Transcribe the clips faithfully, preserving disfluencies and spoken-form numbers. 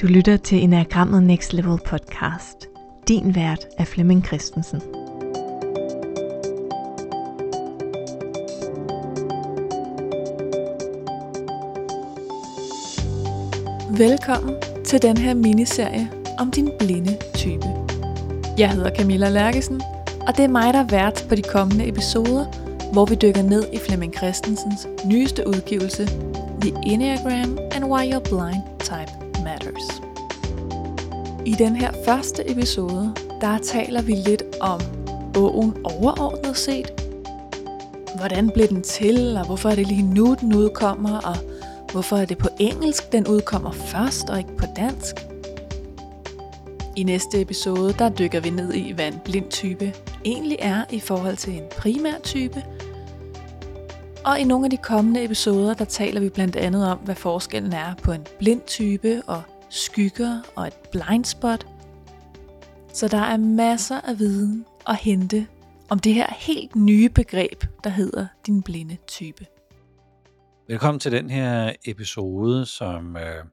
Du lytter til Enneagrammet Next Level podcast. Din vært er Flemming Christensen. Velkommen til den her miniserie om din blinde type. Jeg hedder Camilla Lærkesen, og det er mig, der er vært på de kommende episoder, hvor vi dykker ned i Flemming Christensens nyeste udgivelse, The Enneagram and Why Your Blind Type Matters. I den her første episode, der taler vi lidt om bogen overordnet set. Hvordan blev den til, og hvorfor er det lige nu, den udkommer, og hvorfor er det på engelsk, den udkommer først, og ikke på dansk. I næste episode, der dykker vi ned i, hvad en blind type egentlig er i forhold til en primær type. Og i nogle af de kommende episoder, der taler vi blandt andet om, hvad forskellen er på en blind type og skygger og et blind spot. Så der er masser af viden at hente om det her helt nye begreb, der hedder din blinde type. Velkommen til den her episode, som øh,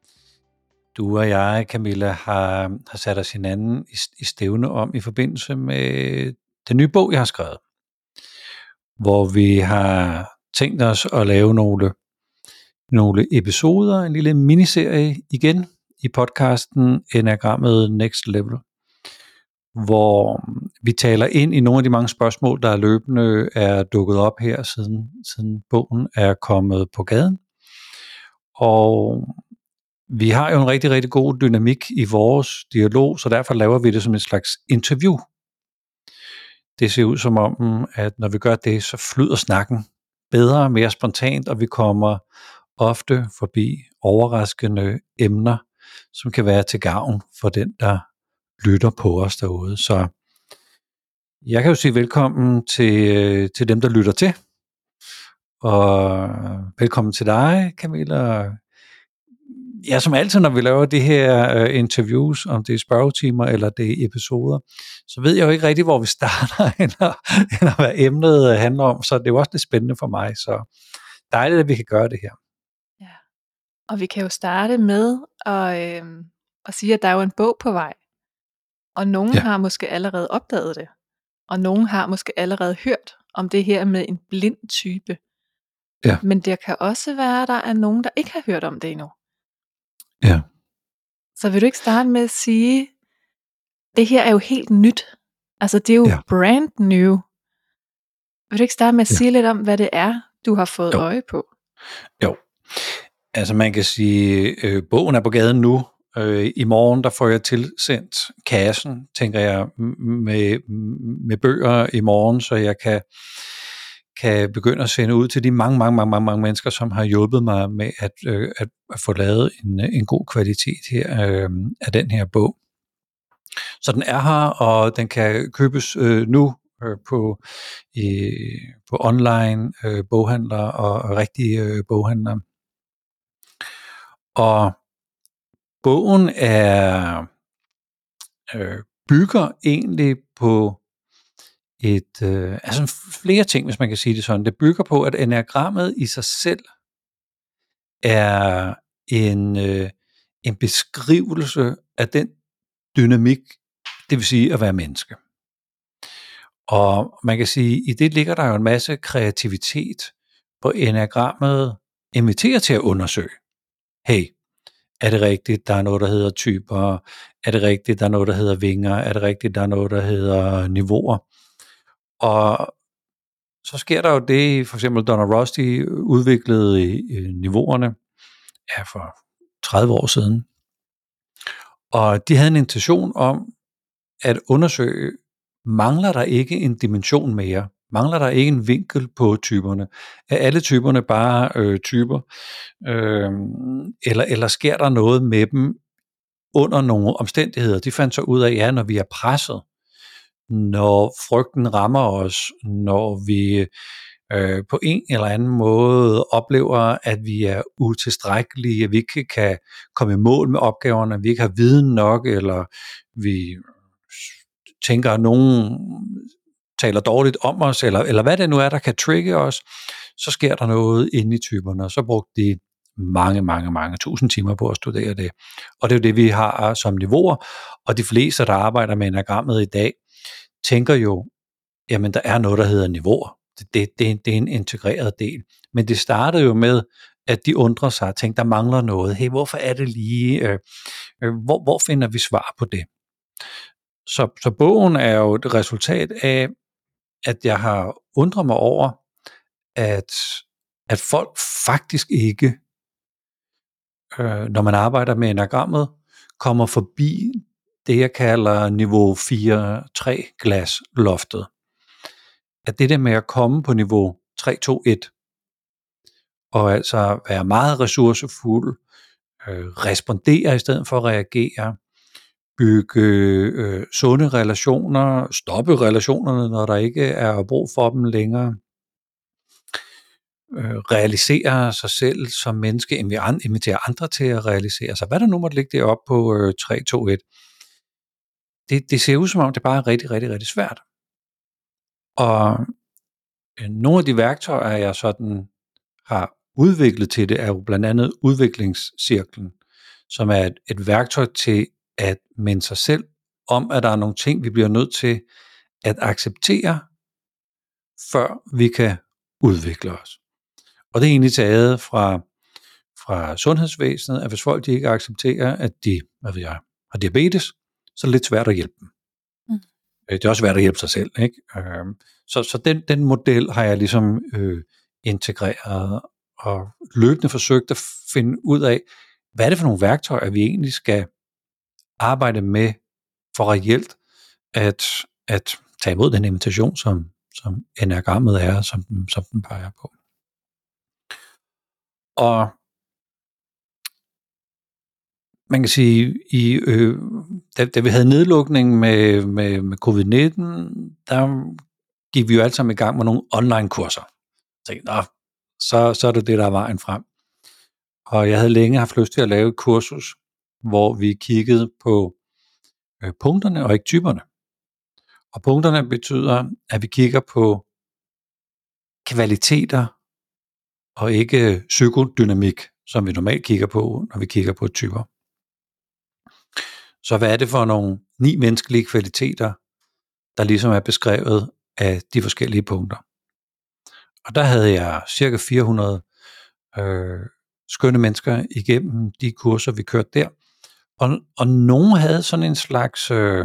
du og jeg, Camilla, har, har sat os hinanden i, i stævne om i forbindelse med den nye bog, jeg har skrevet. Hvor vi har tænkt os at lave nogle, nogle episoder, en lille miniserie igen i podcasten Enneagrammet Next Level, hvor vi taler ind i nogle af de mange spørgsmål, der løbende er dukket op her, siden, siden bogen er kommet på gaden. Og vi har jo en rigtig, rigtig god dynamik i vores dialog, så derfor laver vi det som et slags interview. Det ser ud som om, at når vi gør det, så flyder snakken bedre, mere spontant, og vi kommer ofte forbi overraskende emner, som kan være til gavn for den, der lytter på os derude. Så jeg kan jo sige velkommen til, til dem, der lytter til. Og velkommen til dig, Camilla. Ja, som altid, når vi laver de her uh, interviews, om det er spørgetimer eller det er episoder, så ved jeg jo ikke rigtig, hvor vi starter, eller, eller hvad emnet handler om, så det er jo også lidt spændende for mig, så dejligt, at vi kan gøre det her. Ja, og vi kan jo starte med at, øh, at sige, at der er jo en bog på vej, og nogen ja. har måske allerede opdaget det, og nogen har måske allerede hørt om det her med en blind type. Ja. Men det kan også være, at der er nogen, der ikke har hørt om det endnu. Ja. Så vil du ikke starte med at sige, det her er jo helt nyt. Altså det er jo ja. brand new. Vil du ikke starte med at ja. sige lidt om, hvad det er, du har fået jo. øje på? Jo. Altså man kan sige, øh, bogen er på gaden nu. Øh, I morgen der får jeg tilsendt kassen, tænker jeg, med, med bøger i morgen, så jeg kan kan begynde at sende ud til de mange, mange, mange, mange, mange mennesker, som har hjulpet mig med at, øh, at, at få lavet en, en god kvalitet her øh, af den her bog. Så den er her, og den kan købes øh, nu øh, på, i, på online øh, boghandlere og, og rigtige øh, boghandlere. Og bogen er øh, bygger egentlig på et, øh, altså flere ting, hvis man kan sige det sådan. Det bygger på, at enneagrammet i sig selv er en, øh, en beskrivelse af den dynamik, det vil sige at være menneske. Og man kan sige, i det ligger der jo en masse kreativitet, hvor enneagrammet inviterer til at undersøge. Hey, er det rigtigt, der er noget, der hedder typer? Er det rigtigt, der er noget, der hedder vinger? Er det rigtigt, der er noget, der hedder niveauer? Og så sker der jo det, for eksempel Donna Ross, de udviklede i, i niveauerne ja, for tredive år siden. Og de havde en intention om at undersøge, mangler der ikke en dimension mere? Mangler der ikke en vinkel på typerne? Er alle typerne bare øh, typer? Øh, eller, eller sker der noget med dem under nogle omstændigheder? De fandt så ud af, ja, når vi er presset, når frygten rammer os, når vi øh, på en eller anden måde oplever, at vi er utilstrækkelige, at vi ikke kan komme i mål med opgaverne, at vi ikke har viden nok, eller vi tænker, at nogen taler dårligt om os, eller, eller hvad det nu er, der kan trigge os, så sker der noget inde i typerne. Og så brugte de mange, mange, mange tusind timer på at studere det. Og det er jo det, vi har som niveauer, og de fleste, der arbejder med enagrammet i dag, tænker jo, jamen der er noget, der hedder niveauer. Det, det, det, det er en integreret del. Men det startede jo med, at de undrer sig og tænker, der mangler noget. Hey, hvorfor er det lige? Øh, øh, hvor, hvor finder vi svar på det? Så, så bogen er jo et resultat af, at jeg har undret mig over, at, at folk faktisk ikke, øh, når man arbejder med enagrammet, kommer forbi det, jeg kalder niveau fire tre glasloftet. At det der med at komme på niveau tre to et, og altså være meget ressourcefuld, øh, respondere i stedet for at reagere, bygge øh, sunde relationer, stoppe relationerne, når der ikke er brug for dem længere, øh, realisere sig selv som menneske, invitere andre til at realisere sig. Hvad der nu måtte ligge deroppe på øh, tre to et, det, det ser ud som om, det bare er rigtig, rigtig, rigtig svært. Og øh, nogle af de værktøjer, jeg sådan har udviklet til det, er jo blandt andet udviklingscirklen, som er et, et værktøj til at minde sig selv om, at der er nogle ting, vi bliver nødt til at acceptere, før vi kan udvikle os. Og det er egentlig taget fra, fra sundhedsvæsenet, at hvis folk de ikke accepterer, at de hvad ved jeg, har diabetes, så er det lidt svært at hjælpe dem. Mm. Det er også svært at hjælpe sig selv. Ikke? Så, så den, den model har jeg ligesom øh, integreret og løbende forsøgt at finde ud af, hvad er det for nogle værktøjer, vi egentlig skal arbejde med for reelt at, at tage imod den invitation, som, som enagrammet er, som den, som den peger på. Og man kan sige, i, øh, da, da vi havde nedlukning med, med, med covid nitten, der gik vi jo alle sammen i gang med nogle online-kurser. Jeg tænkte, nå, så, så er det det, der er vejen frem. Og jeg havde længe haft lyst til at lave et kursus, hvor vi kiggede på øh, punkterne og ikke typerne. Og punkterne betyder, at vi kigger på kvaliteter og ikke psykodynamik, som vi normalt kigger på, når vi kigger på typer. Så hvad er det for nogle ni menneskelige kvaliteter, der ligesom er beskrevet af de forskellige punkter? Og der havde jeg cirka fire hundrede øh, skønne mennesker igennem de kurser, vi kørte der. Og, og nogen havde sådan en slags, øh,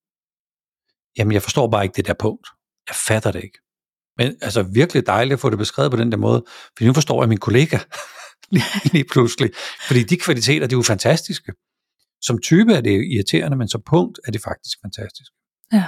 jamen jeg forstår bare ikke det der punkt. Jeg fatter det ikke. Men altså virkelig dejligt at få det beskrevet på den der måde, for nu forstår jeg min kollega lige, lige pludselig. Fordi de kvaliteter, de er jo fantastiske. Som type er det irriterende, men som punkt er det faktisk fantastisk. Ja.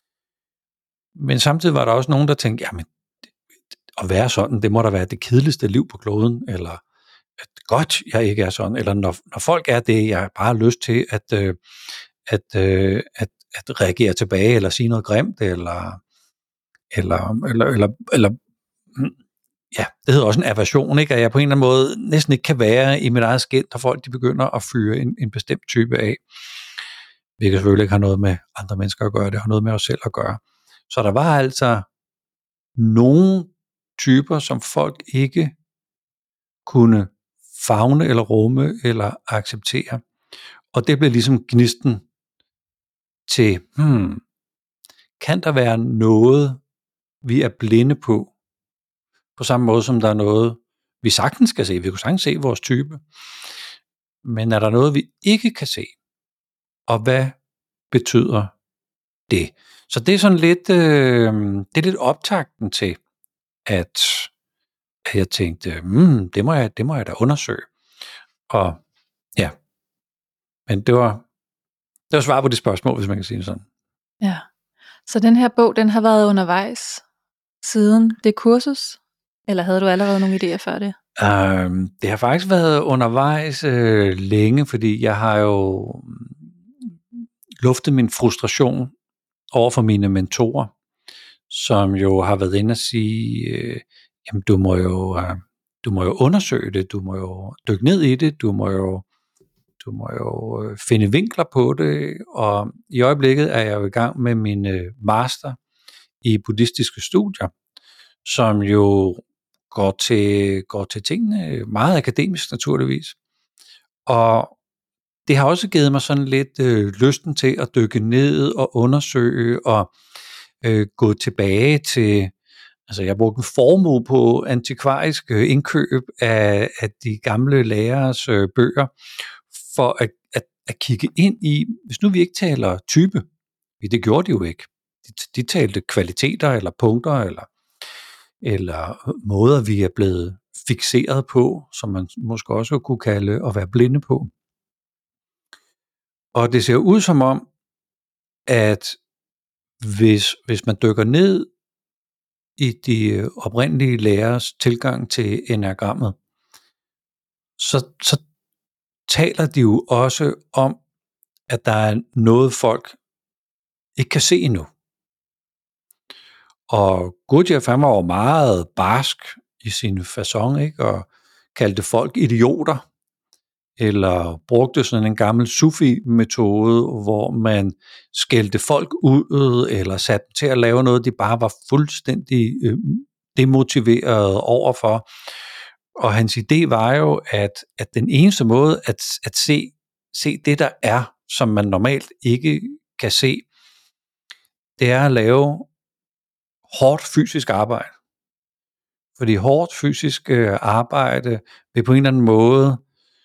Men samtidig var der også nogen, der tænkte, jamen at være sådan, det må da være det kedeligste liv på kloden, eller at godt, jeg ikke er sådan, eller når, når folk er det, jeg bare har lyst til at, øh, at, øh, at, at reagere tilbage, eller sige noget grimt, eller, eller, eller, eller, eller ja, det hedder også en aversion, ikke? At jeg på en eller anden måde næsten ikke kan være i mit eget skin, når folk de begynder at fyre en, en bestemt type af. Hvilket selvfølgelig ikke har noget med andre mennesker at gøre, det har noget med os selv at gøre. Så der var altså nogle typer, som folk ikke kunne favne eller rumme eller acceptere. Og det blev ligesom gnisten til, hmm, kan der være noget, vi er blinde på, på samme måde som der er noget, vi sagtens kan se. Vi kunne sagtens se vores type. Men er der noget, vi ikke kan se? Og hvad betyder det? Så det er sådan lidt, øh, det er lidt optakten til, at, at jeg tænkte, hmm, det må jeg, det må jeg da undersøge. Og ja, men det var, det var svar på det spørgsmål, hvis man kan sige det sådan. Ja, så den her bog, den har været undervejs siden det kursus? Eller havde du allerede nogle idéer før det? Um, det har faktisk været undervejs øh, længe, fordi jeg har jo luftet min frustration over for mine mentorer, som jo har været inde og sige, øh, jamen du må jo, øh, du må jo undersøge det, du må jo dykke ned i det, du må jo, du må jo øh, finde vinkler på det, og i øjeblikket er jeg jo i gang med min øh, master i buddhistiske studier, som jo går til, går til tingene meget akademisk naturligvis. Og det har også givet mig sådan lidt øh, lysten til at dykke ned og undersøge og øh, gå tilbage til, altså jeg brugte en formue på antikvarisk øh, indkøb af, af de gamle læreres øh, bøger, for at, at, at kigge ind i, hvis nu vi ikke taler type, det gjorde de jo ikke. De, de talte kvaliteter eller punkter eller, eller måder, vi er blevet fikseret på, som man måske også kunne kalde at være blinde på. Og det ser ud som om, at hvis, hvis man dykker ned i de oprindelige lærers tilgang til enagrammet, så, så taler de jo også om, at der er noget folk ikke kan se endnu. Og Gurdjieff, han var jo meget barsk i sin facon, ikke? Og kaldte folk idioter, eller brugte sådan en gammel sufi-metode, hvor man skældte folk ud, eller satte dem til at lave noget, de bare var fuldstændig øh, demotiveret overfor. Og hans idé var jo, at, at den eneste måde at, at se, se det, der er, som man normalt ikke kan se, det er at lave hårdt fysisk arbejde. Fordi hårdt fysisk arbejde vil på en eller anden måde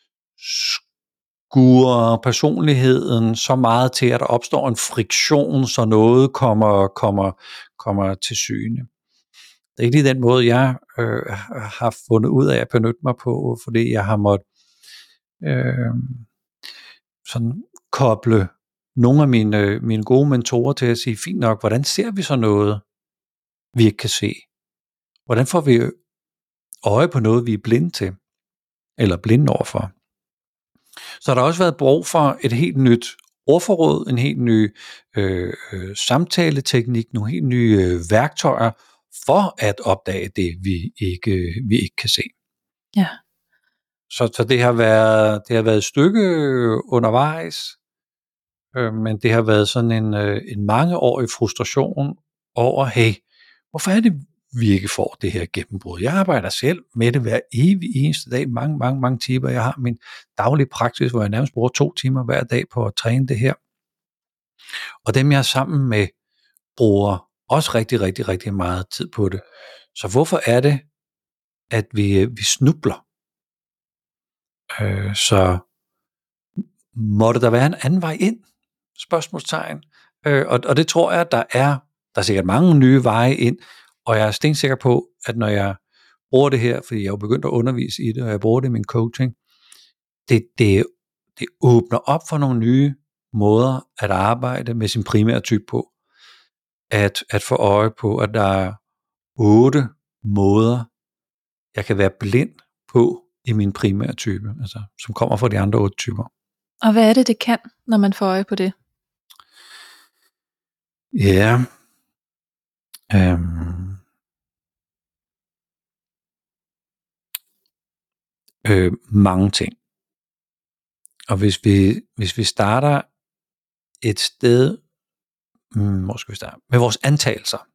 skure personligheden så meget til, at der opstår en friktion, så noget kommer, kommer, kommer til syne. Det er ikke lige den måde, jeg øh, har fundet ud af at benytte mig på, fordi jeg har måttet øh, sådan koble nogle af mine, mine gode mentorer til at sige, fint nok, hvordan ser vi så noget, vi ikke kan se? Hvordan får vi øje på noget, vi er blinde til, eller blinde overfor? Så har der også været brug for et helt nyt ordforråd, en helt ny øh, øh, samtaleteknik, nogle helt nye øh, værktøjer, for at opdage det, vi ikke, vi ikke kan se. Ja. Så, så det har været det har været et stykke undervejs, øh, men det har været sådan en, øh, en mangeårig frustration over, hey, hvorfor er det, vi ikke får det her gennembrud? Jeg arbejder selv med det hver evig eneste dag, mange, mange, mange timer. Jeg har min daglige praksis, hvor jeg nærmest bruger to timer hver dag på at træne det her. Og dem, jeg er sammen med, bruger også rigtig, rigtig, rigtig meget tid på det. Så hvorfor er det, at vi, vi snubler? Øh, så måtte der være en anden vej ind? Spørgsmålstegn. Øh, og, og det tror jeg, der er. Der er sikkert mange nye veje ind, og jeg er stensikker på, at når jeg bruger det her, fordi jeg er jo begyndt at undervise i det, og jeg bruger det i min coaching, det, det, det åbner op for nogle nye måder at arbejde med sin primære type på. At, at få øje på, at der er otte måder, jeg kan være blind på i min primære type, altså, som kommer fra de andre otte typer. Og hvad er det, det kan, når man får øje på det? Ja, øhm, øh, mange ting. Og hvis vi, hvis vi starter et sted, hmm, hvor skal vi starte? Med vores antagelser.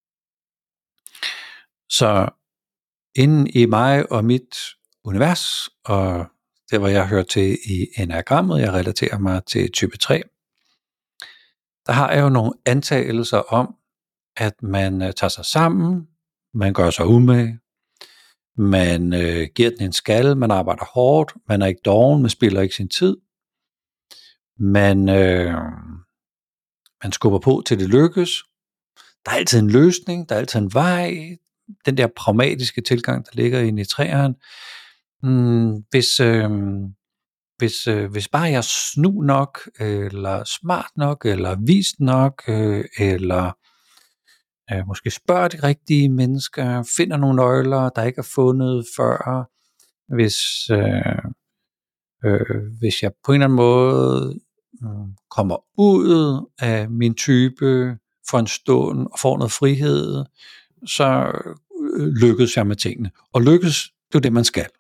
Så inden i mig og mit univers, og det hvor jeg hører til i enagrammet, jeg relaterer mig til type tre, der har jeg jo nogle antagelser om, at man tager sig sammen, man gør sig umage, man øh, giver den en skalle, man arbejder hårdt, man er ikke doven, man spilder ikke sin tid, man, øh, man skubber på til det lykkes, der er altid en løsning, der er altid en vej, den der pragmatiske tilgang, der ligger inde i træerne. Hmm, hvis, øh, hvis, øh, hvis bare jeg er snu nok, eller smart nok, eller vist nok, øh, eller øh, måske spørger de rigtige mennesker, finder nogle nøgler, der ikke er fundet før, hvis, øh, øh, hvis jeg på en eller anden måde øh, kommer ud af min type for en stund og får noget frihed, så øh, lykkes jeg med tingene. Og lykkes, det er det, man skal.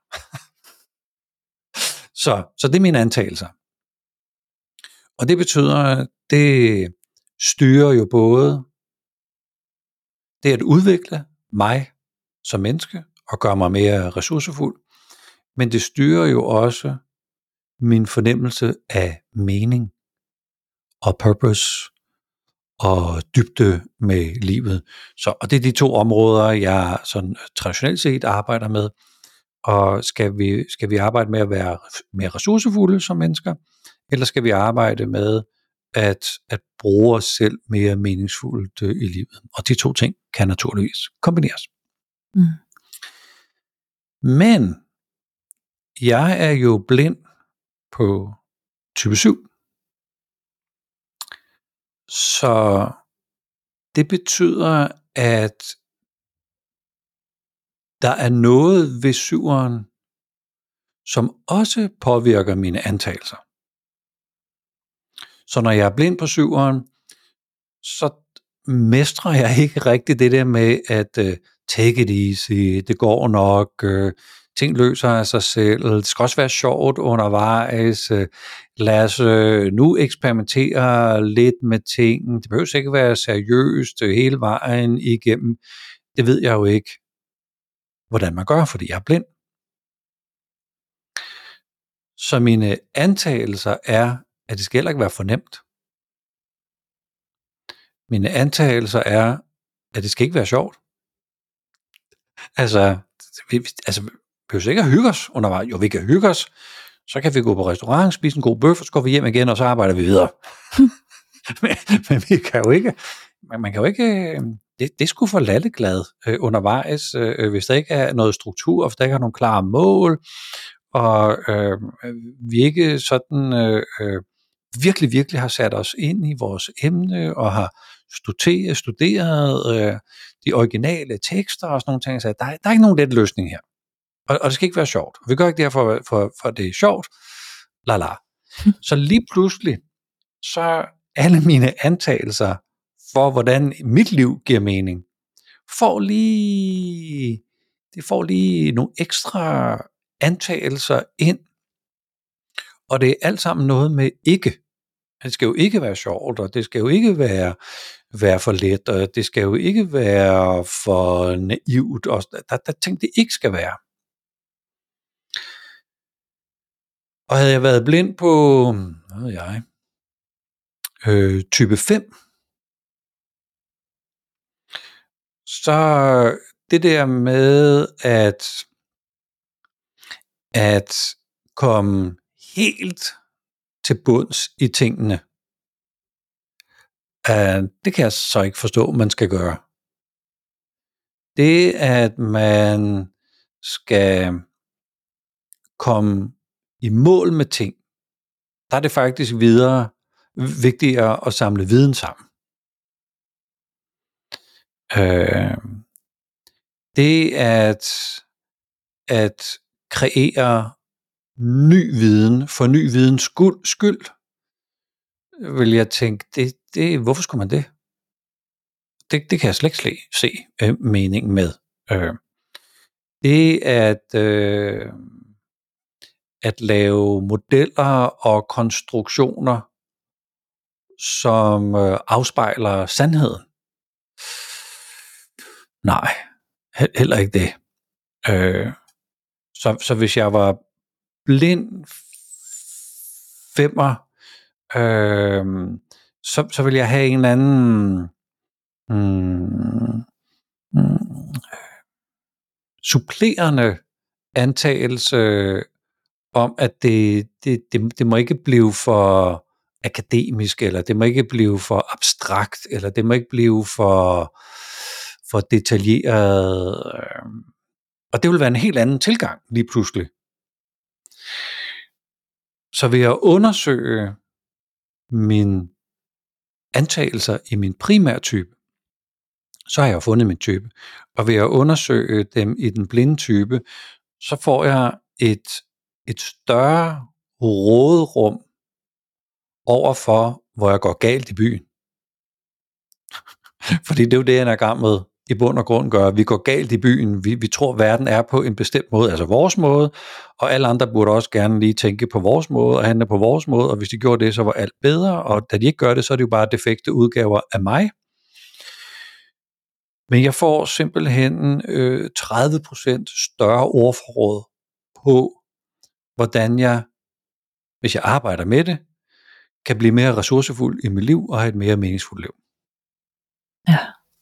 så, så det er mine antagelser. Og det betyder, det styrer jo både det at udvikle mig som menneske, og gør mig mere ressourcefuld, men det styrer jo også min fornemmelse af mening og purpose og dybde med livet. Så, og det er de to områder, jeg sådan traditionelt set arbejder med. Og skal vi, skal vi arbejde med at være mere ressourcefulde som mennesker, eller skal vi arbejde med at, at bruge os selv mere meningsfuldt i livet? Og de to ting kan naturligvis kombineres. Mm. Men jeg er jo blind på type syv. Så det betyder, at der er noget ved syveren, som også påvirker mine antagelser. Så når jeg er blind på syveren, så mestrer jeg ikke rigtig det der med at uh, take it easy, det går nok, uh, ting løser af sig selv, det skal også være sjovt undervejs, uh, lad os uh, nu eksperimentere lidt med ting, det behøver ikke være seriøst uh, hele vejen igennem, det ved jeg jo ikke, hvordan man gør, fordi jeg er blind. Så mine antagelser er, at det skal heller ikke være for nemt. Mine antagelser er, at det skal ikke være sjovt. Altså, vi, altså, vi behøver ikke at hygge os undervejs. Jo, vi kan hygge os. Så kan vi gå på restaurant, spise en god bøf, og så går vi hjem igen, og så arbejder vi videre. men, men vi kan jo ikke, man kan jo ikke, det, det er sgu for lalleglad øh, undervejs, øh, hvis der ikke er noget struktur, hvis der ikke er nogen klare mål, og øh, vi ikke sådan øh, øh, virkelig, virkelig har sat os ind i vores emne, og har studeret, studeret øh, de originale tekster og sådan nogle ting, så der, der er ikke nogen let løsning her. Og, og det skal ikke være sjovt. Vi gør ikke det her, for, for, for det er sjovt. La la. Så lige pludselig, så alle mine antagelser for, hvordan mit liv giver mening, får lige, det får lige nogle ekstra antagelser ind, og det er alt sammen noget med ikke. Det skal jo ikke være sjovt, og det skal jo ikke være, være for let, og det skal jo ikke være for naivt, og der, der ting, det ikke skal være. Og havde jeg været blind på, hvad ved jeg, øh, type fem, så det der med at, at komme helt til bunds i tingene, uh, det kan jeg så ikke forstå, man skal gøre. Det, at man skal komme i mål med ting, der er det faktisk videre vigtigere at samle viden sammen. Uh, det at, at kreere ny viden, for ny videns skyld, skyld vil jeg tænke, det, det, hvorfor skulle man det? Det, det kan jeg slet ikke se øh, meningen med. Øh, det at, øh, at lave modeller og konstruktioner, som øh, afspejler sandheden. Nej, he- heller ikke det. Øh, så, så hvis jeg var blind femmer, øh, så, så vil jeg have en eller anden mm, mm, supplerende antagelse om, at det, det, det, det må ikke blive for akademisk, eller det må ikke blive for abstrakt, eller det må ikke blive for, for detaljeret. Og det vil være en helt anden tilgang lige pludselig. Så ved at undersøge mine antagelser i min primære type, så har jeg jo fundet min type. Og ved at undersøge dem i den blinde type, så får jeg et, et større råderum overfor, hvor jeg går galt i byen. Fordi det er jo det, jeg er i gang med i bund og grund gør. Vi går galt i byen. Vi, vi tror, verden er på en bestemt måde, altså vores måde, og alle andre burde også gerne lige tænke på vores måde og handle på vores måde, og hvis de gjorde det, så var alt bedre, og da de ikke gør det, så er det jo bare defekte udgaver af mig. Men jeg får simpelthen øh, tredive procent større ordforråd på, hvordan jeg, hvis jeg arbejder med det, kan blive mere ressourcefuld i mit liv og have et mere meningsfuldt liv. Ja.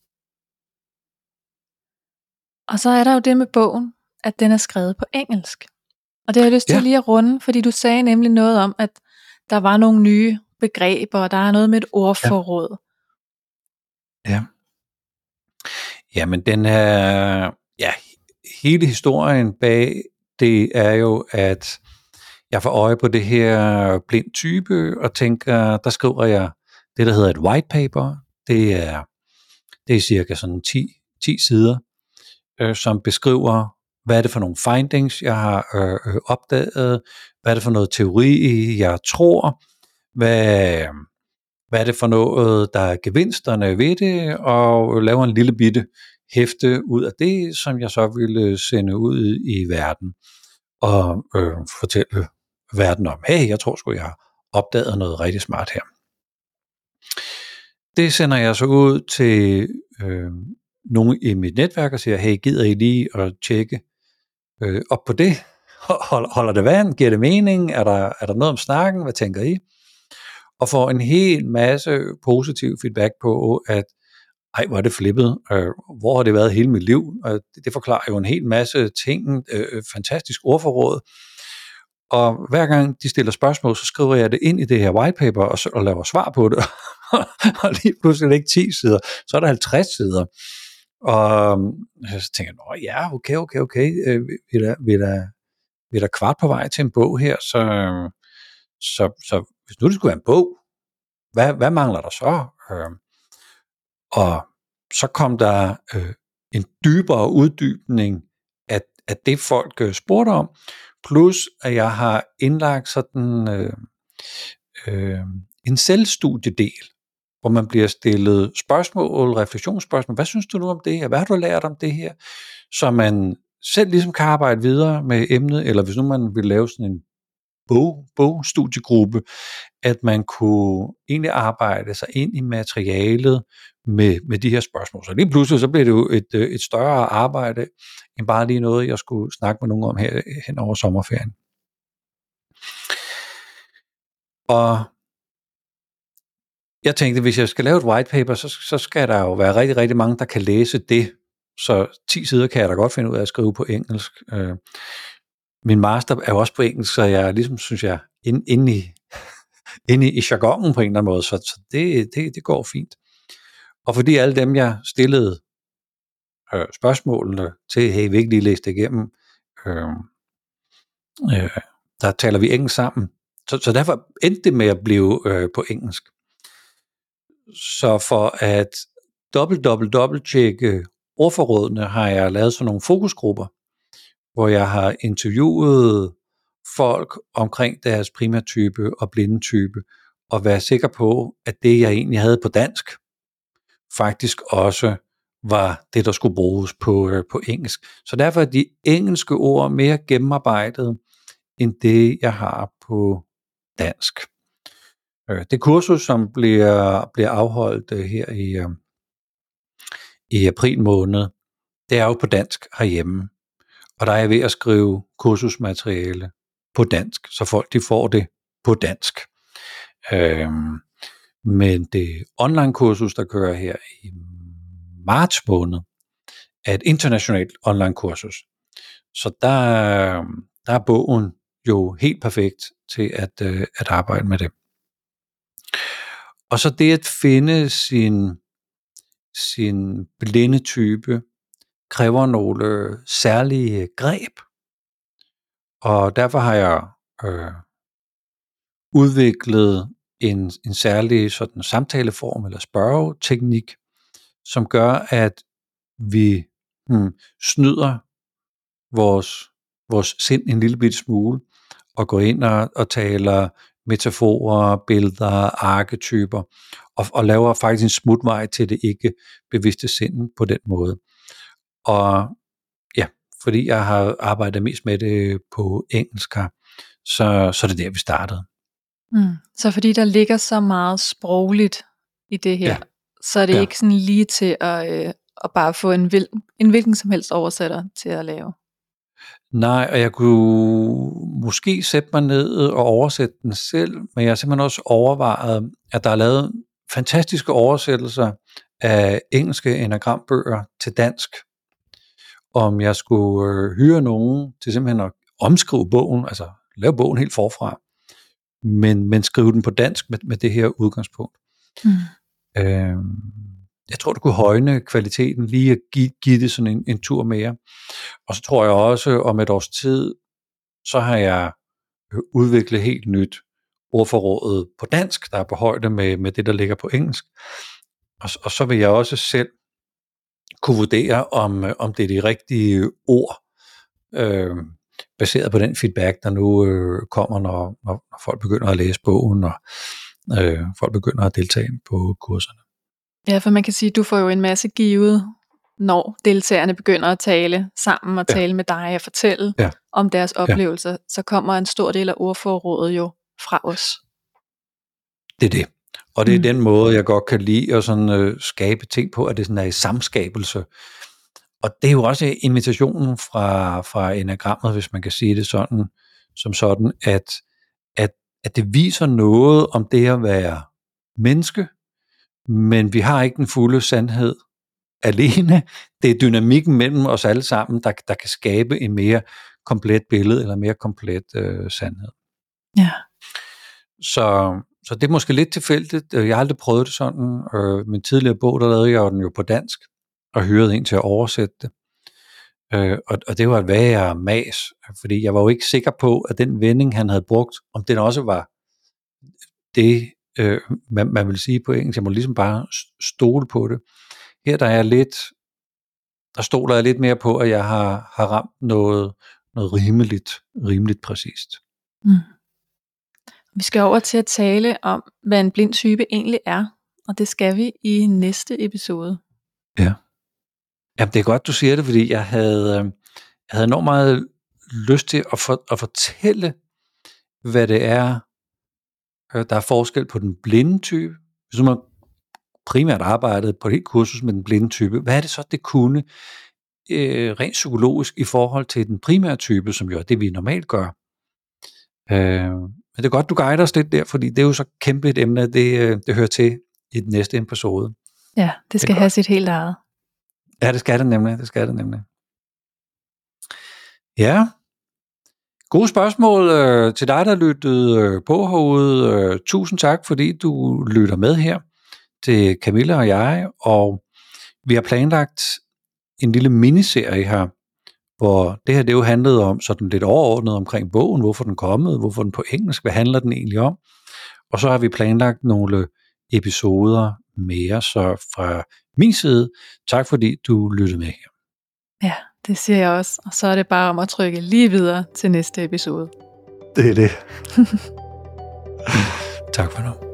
Og så er der jo det med bogen, at den er skrevet på engelsk. Og det har jeg lyst til Ja. lige at runde, fordi du sagde nemlig noget om, at der var nogle nye begreber, og der er noget med et ordforråd. Ja. Jamen den er, ja, hele historien bag det er jo, at jeg får øje på det her blind type, og tænker, der skriver jeg det, der hedder et white paper. Det er, det er cirka sådan ti, ti sider, øh, som beskriver, hvad er det for nogle findings, jeg har øh, opdaget, hvad er det for noget teori, jeg tror, hvad, hvad er det for noget, der er gevinsterne ved det, og laver en lille bitte hæfte ud af det, som jeg så ville sende ud i verden, og øh, fortælle verden om, hey, jeg tror sgu, jeg har opdaget noget rigtig smart her. Det sender jeg så ud til øh, nogen i mit netværk og siger, hey, gider I lige at tjekke øh, op på det? Holder det vand? Giver det mening? Er der, er der noget om snakken? Hvad tænker I? Og får en hel masse positiv feedback på, at ej, hvor er det flippet. Øh, hvor har det været hele mit liv? Og det, det forklarer jo en hel masse ting. Øh, fantastisk ordforråd. Og hver gang de stiller spørgsmål, så skriver jeg det ind i det her whitepaper og, og laver svar på det. Og lige pludselig er det ikke ti sider, så er der halvtreds sider. Og så tænker jeg, nå ja, okay, okay, okay. Øh, vi, er der, vi, er der, vi er der kvart på vej til en bog her, så, så, så hvis nu det skulle være en bog, hvad, hvad mangler der så? Øh, og så kom der øh, en dybere uddybning af, af det, folk øh, spurgte om, plus at jeg har indlagt sådan øh, øh, en selvstudiedel, hvor man bliver stillet spørgsmål, refleksionsspørgsmål. Hvad synes du nu om det her? Hvad har du lært om det her? Så man selv ligesom kan arbejde videre med emnet, eller hvis nu man vil lave sådan en bog, bogstudiegruppe, at man kunne egentlig arbejde sig ind i materialet med, med de her spørgsmål. Så lige pludselig så blev det jo et, et større arbejde, end bare lige noget, jeg skulle snakke med nogen om her hen over sommerferien. Og jeg tænkte, hvis jeg skal lave et white paper, så, så skal der jo være rigtig, rigtig mange, der kan læse det. Så ti sider kan jeg da godt finde ud af at skrive på engelsk. Øh, min master er jo også på engelsk, så jeg ligesom, synes jeg, inde, inde i, inde i jargonen på en eller anden måde, så, så det, det, det går fint. Og fordi alle dem, jeg stillede øh, spørgsmålene til, hey, vi ikke lige læst det igennem, øh, øh, der taler vi engelsk sammen. Så, så derfor endte det med at blive øh, på engelsk. Så for at dobbelt, dobbelt, dobbelt tjekke ordforrådene, har jeg lavet sådan nogle fokusgrupper, hvor jeg har interviewet folk omkring deres primærtype og blindetype, og være sikker på, at det, jeg egentlig havde på dansk, faktisk også var det, der skulle bruges på, øh, på engelsk. Så derfor er de engelske ord mere gennemarbejdet, end det, jeg har på dansk. Det kursus, som bliver, bliver afholdt her i, i april måned, det er jo på dansk herhjemme. Og der er jeg ved at skrive kursusmateriale på dansk, så folk de får det på dansk. Øhm, men det online kursus, der kører her i marts måned, er et internationalt online kursus. Så der, der er bogen jo helt perfekt til at, at arbejde med det. Og så det at finde sin, sin blindetype kræver nogle særlige greb. Og derfor har jeg øh, udviklet en, en særlig sådan samtaleform eller spørgeteknik, som gør, at vi hmm, snyder vores, vores sind en lille bitte smule, og går ind og, og taler metaforer, billeder, arketyper, og, og laver faktisk en smutvej til det ikke bevidste sind på den måde. Og ja, fordi jeg har arbejdet mest med det på engelsk, så, så er det der, vi startede. Mm. Så fordi der ligger så meget sprogligt i det her, ja. Så er det ja. ikke sådan lige til at, øh, at bare få en, vil, en hvilken som helst oversætter til at lave. Nej, og jeg kunne måske sætte mig ned og oversætte den selv, men jeg har simpelthen også overvejet, at der er lavet fantastiske oversættelser af engelske enagrambøger til dansk. Om jeg skulle øh, hyre nogen til simpelthen at omskrive bogen, altså lave bogen helt forfra, men, men skrive den på dansk med, med det her udgangspunkt. Mm. Øh, jeg tror, det kunne højne kvaliteten, lige at give, give det sådan en, en tur mere. Og så tror jeg også, om et års tid, så har jeg udviklet helt nyt ordforrådet på dansk, der er på højde med, med det, der ligger på engelsk. Og, og så vil jeg også selv kunne vurdere, om, om det er de rigtige ord, øh, baseret på den feedback, der nu øh, kommer, når, når folk begynder at læse bogen, og øh, folk begynder at deltage på kurserne. Ja, for man kan sige, at du får jo en masse givet, når deltagerne begynder at tale sammen og tale ja. med dig og fortælle ja. om deres oplevelser, ja. så kommer en stor del af ordforrådet jo fra os. Det er det. Og det er mm. den måde, jeg godt kan lide at sådan, øh, skabe ting på, at det sådan er i samskabelse. Og det er jo også invitationen fra, fra enagrammet, hvis man kan sige det sådan, som sådan, at, at, at det viser noget om det at være menneske, men vi har ikke den fulde sandhed alene. Det er dynamikken mellem os alle sammen, der, der kan skabe en mere komplet billede, eller mere komplet øh, sandhed. Ja. Så, så det er måske lidt tilfældigt. Jeg har aldrig prøvet det sådan. Øh, min tidligere bog, der lavede jeg den jo på dansk, og hyrede en til at oversætte det. Øh, og, og det var et værre mas, fordi jeg var jo ikke sikker på, at den vending, han havde brugt, om den også var det, øh, man, man vil sige på engelsk. Jeg må ligesom bare stole på det. Her der er lidt, der stoler jeg lidt mere på, at jeg har, har ramt noget, noget rimeligt, rimeligt præcist. Mm. Vi skal over til at tale om, hvad en blind type egentlig er, og det skal vi i næste episode. Ja. Jamen, det er godt, du siger det, fordi jeg havde, jeg havde enormt meget lyst til at, for, at fortælle, hvad det er, der er forskel på den blinde type. Hvis du har primært arbejdet på et helt kursus med den blinde type, hvad er det så, det kunne øh, rent psykologisk i forhold til den primære type, som jo er det, vi normalt gør. Øh, men det er godt, du guider os lidt der, fordi det er jo så kæmpe et emne, det, det hører til i den næste episode. Ja, det skal det have sit helt eget. Ja, det skal det nemlig, det skal det nemlig. Ja, gode spørgsmål øh, til dig, der lyttede øh, på herude. Øh, tusind tak, fordi du lytter med her til Camilla og jeg, og vi har planlagt en lille miniserie her, hvor det her det jo handlede om sådan lidt overordnet omkring bogen, hvorfor den kommet, hvorfor den på engelsk, hvad handler den egentlig om, og så har vi planlagt nogle episoder mere, så fra min side, tak fordi du lyttede med her. Ja, det siger jeg også, og så er det bare om at trykke lige videre til næste episode. Det er det. Tak for nu.